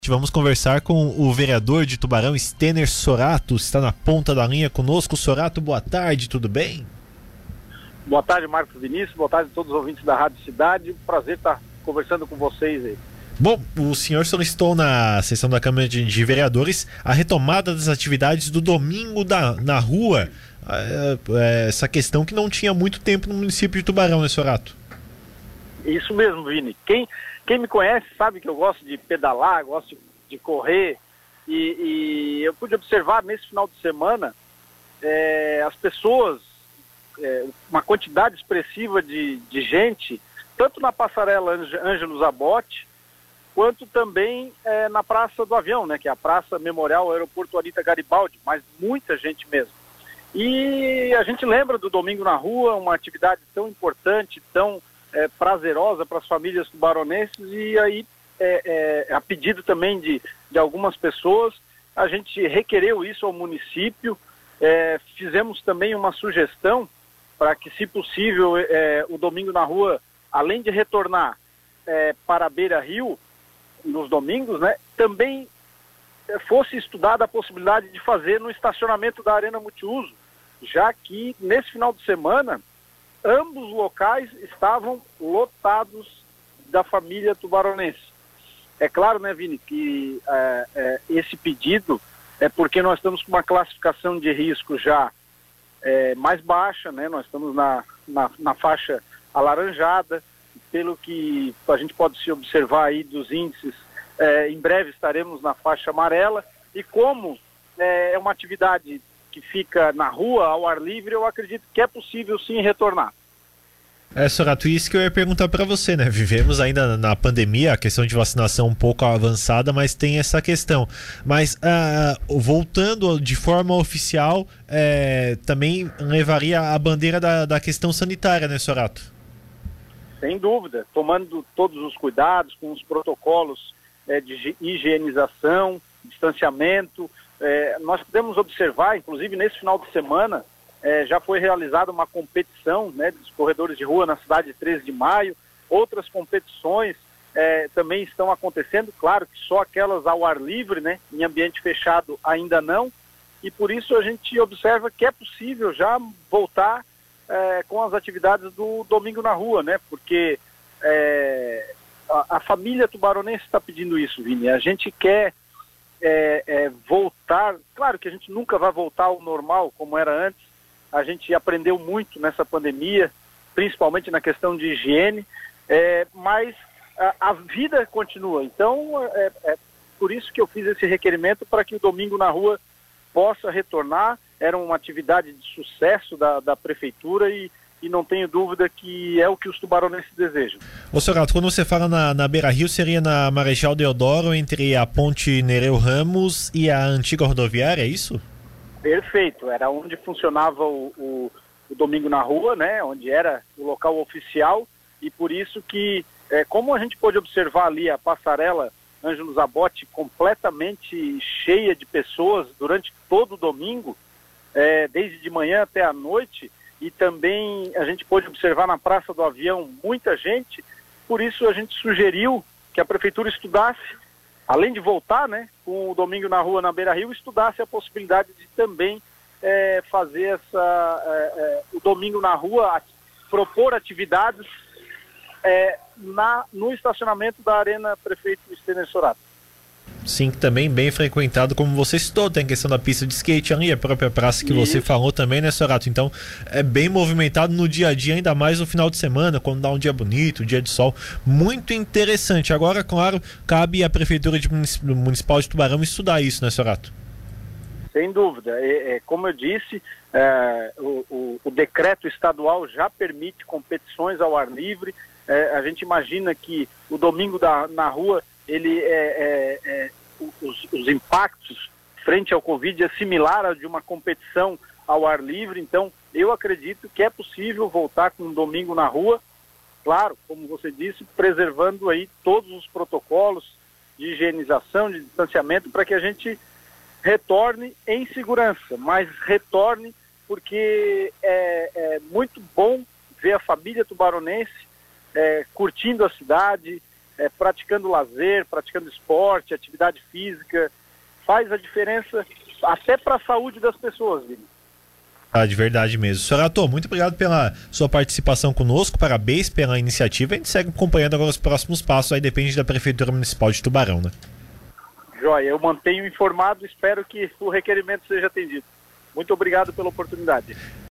Vamos conversar com o vereador de Tubarão, Stenner Sorato, está na ponta da linha conosco. Sorato, boa tarde, tudo bem? Boa tarde, Marcos Vinícius, boa tarde a todos os ouvintes da Rádio Cidade, prazer estar conversando com vocês aí. Bom, o senhor solicitou na sessão da Câmara de Vereadores a retomada das atividades do domingo na rua, essa questão que não tinha muito tempo no município de Tubarão, né, Sorato? Isso mesmo, Vini. Quem me conhece sabe que eu gosto de pedalar, gosto de correr e eu pude observar nesse final de semana as pessoas, uma quantidade expressiva de gente, tanto na passarela Ângelo Zabotti, quanto também na Praça do Avião, né, que é a Praça Memorial ao Aeroporto Anita Garibaldi, mas muita gente mesmo. E a gente lembra do Domingo na Rua, uma atividade tão importante, tão prazerosa para as famílias tubaronenses, e aí a pedido também de algumas pessoas, a gente requereu isso ao município, fizemos também uma sugestão para que, se possível, o Domingo na Rua, além de retornar para a Beira-Rio nos domingos, né, também fosse estudada a possibilidade de fazer no estacionamento da Arena Multiuso, já que nesse final de semana ambos os locais estavam lotados da família tubaronense. É claro, né, Vini, que esse pedido é porque nós estamos com uma classificação de risco já mais baixa, né? Nós estamos na faixa alaranjada, pelo que a gente pode se observar aí dos índices, em breve estaremos na faixa amarela, e como é uma atividade que fica na rua, ao ar livre, eu acredito que é possível sim retornar. Sorato, isso que eu ia perguntar para você, né? Vivemos ainda na pandemia, a questão de vacinação um pouco avançada, mas tem essa questão. Mas voltando de forma oficial, também levaria a bandeira da questão sanitária, né, Sorato? Sem dúvida, tomando todos os cuidados, com os protocolos de higienização, distanciamento. Nós podemos observar, inclusive nesse final de semana, já foi realizada uma competição, né, dos corredores de rua na cidade de 13 de maio, outras competições também estão acontecendo, claro que só aquelas ao ar livre, né, em ambiente fechado ainda não, e por isso a gente observa que é possível já voltar com as atividades do Domingo na Rua, né, porque a família tubaronense está pedindo isso, Vini. A gente quer voltar, claro que a gente nunca vai voltar ao normal como era antes, a gente aprendeu muito nessa pandemia, principalmente na questão de higiene, mas a vida continua. Então, por isso que eu fiz esse requerimento para que o Domingo na Rua possa retornar. Era uma atividade de sucesso da prefeitura e não tenho dúvida que é o que os tubaronenses desejam. Ô, Sorato, quando você fala na Beira-Rio, seria na Marechal Deodoro, entre a Ponte Nereu Ramos e a antiga rodoviária, é isso? Perfeito, era onde funcionava o Domingo na Rua, né, onde era o local oficial, e por isso que, como a gente pôde observar ali a passarela Ângelo Zabotti completamente cheia de pessoas durante todo o domingo, desde de manhã até a noite, e também a gente pôde observar na Praça do Avião muita gente, por isso a gente sugeriu que a prefeitura estudasse, além de voltar, né, com o Domingo na Rua na Beira-Rio, estudasse a possibilidade de também fazer o Domingo na Rua, propor atividades no estacionamento da Arena Prefeito Stenner Sorato. Sim, também bem frequentado, como você citou, tem a questão da pista de skate ali, a própria praça que você falou também, né, Sorato? Então, é bem movimentado no dia a dia, ainda mais no final de semana, quando dá um dia bonito, um dia de sol, muito interessante. Agora, claro, cabe à Prefeitura Municipal de Tubarão estudar isso, né, Sorato? Sem dúvida. Como eu disse, o decreto estadual já permite competições ao ar livre. A gente imagina que o Domingo na Rua, os impactos frente ao Covid é similar a de uma competição ao ar livre, então eu acredito que é possível voltar com um Domingo na Rua, claro, como você disse, preservando aí todos os protocolos de higienização, de distanciamento, para que a gente retorne em segurança, mas retorne porque é muito bom ver a família tubaronense curtindo a cidade, praticando lazer, praticando esporte, atividade física, faz a diferença até para a saúde das pessoas, Vini. De verdade mesmo. Sorato, muito obrigado pela sua participação conosco, parabéns pela iniciativa. A gente segue acompanhando agora os próximos passos, aí depende da Prefeitura Municipal de Tubarão, né? Joia, eu mantenho informado, espero que o requerimento seja atendido. Muito obrigado pela oportunidade.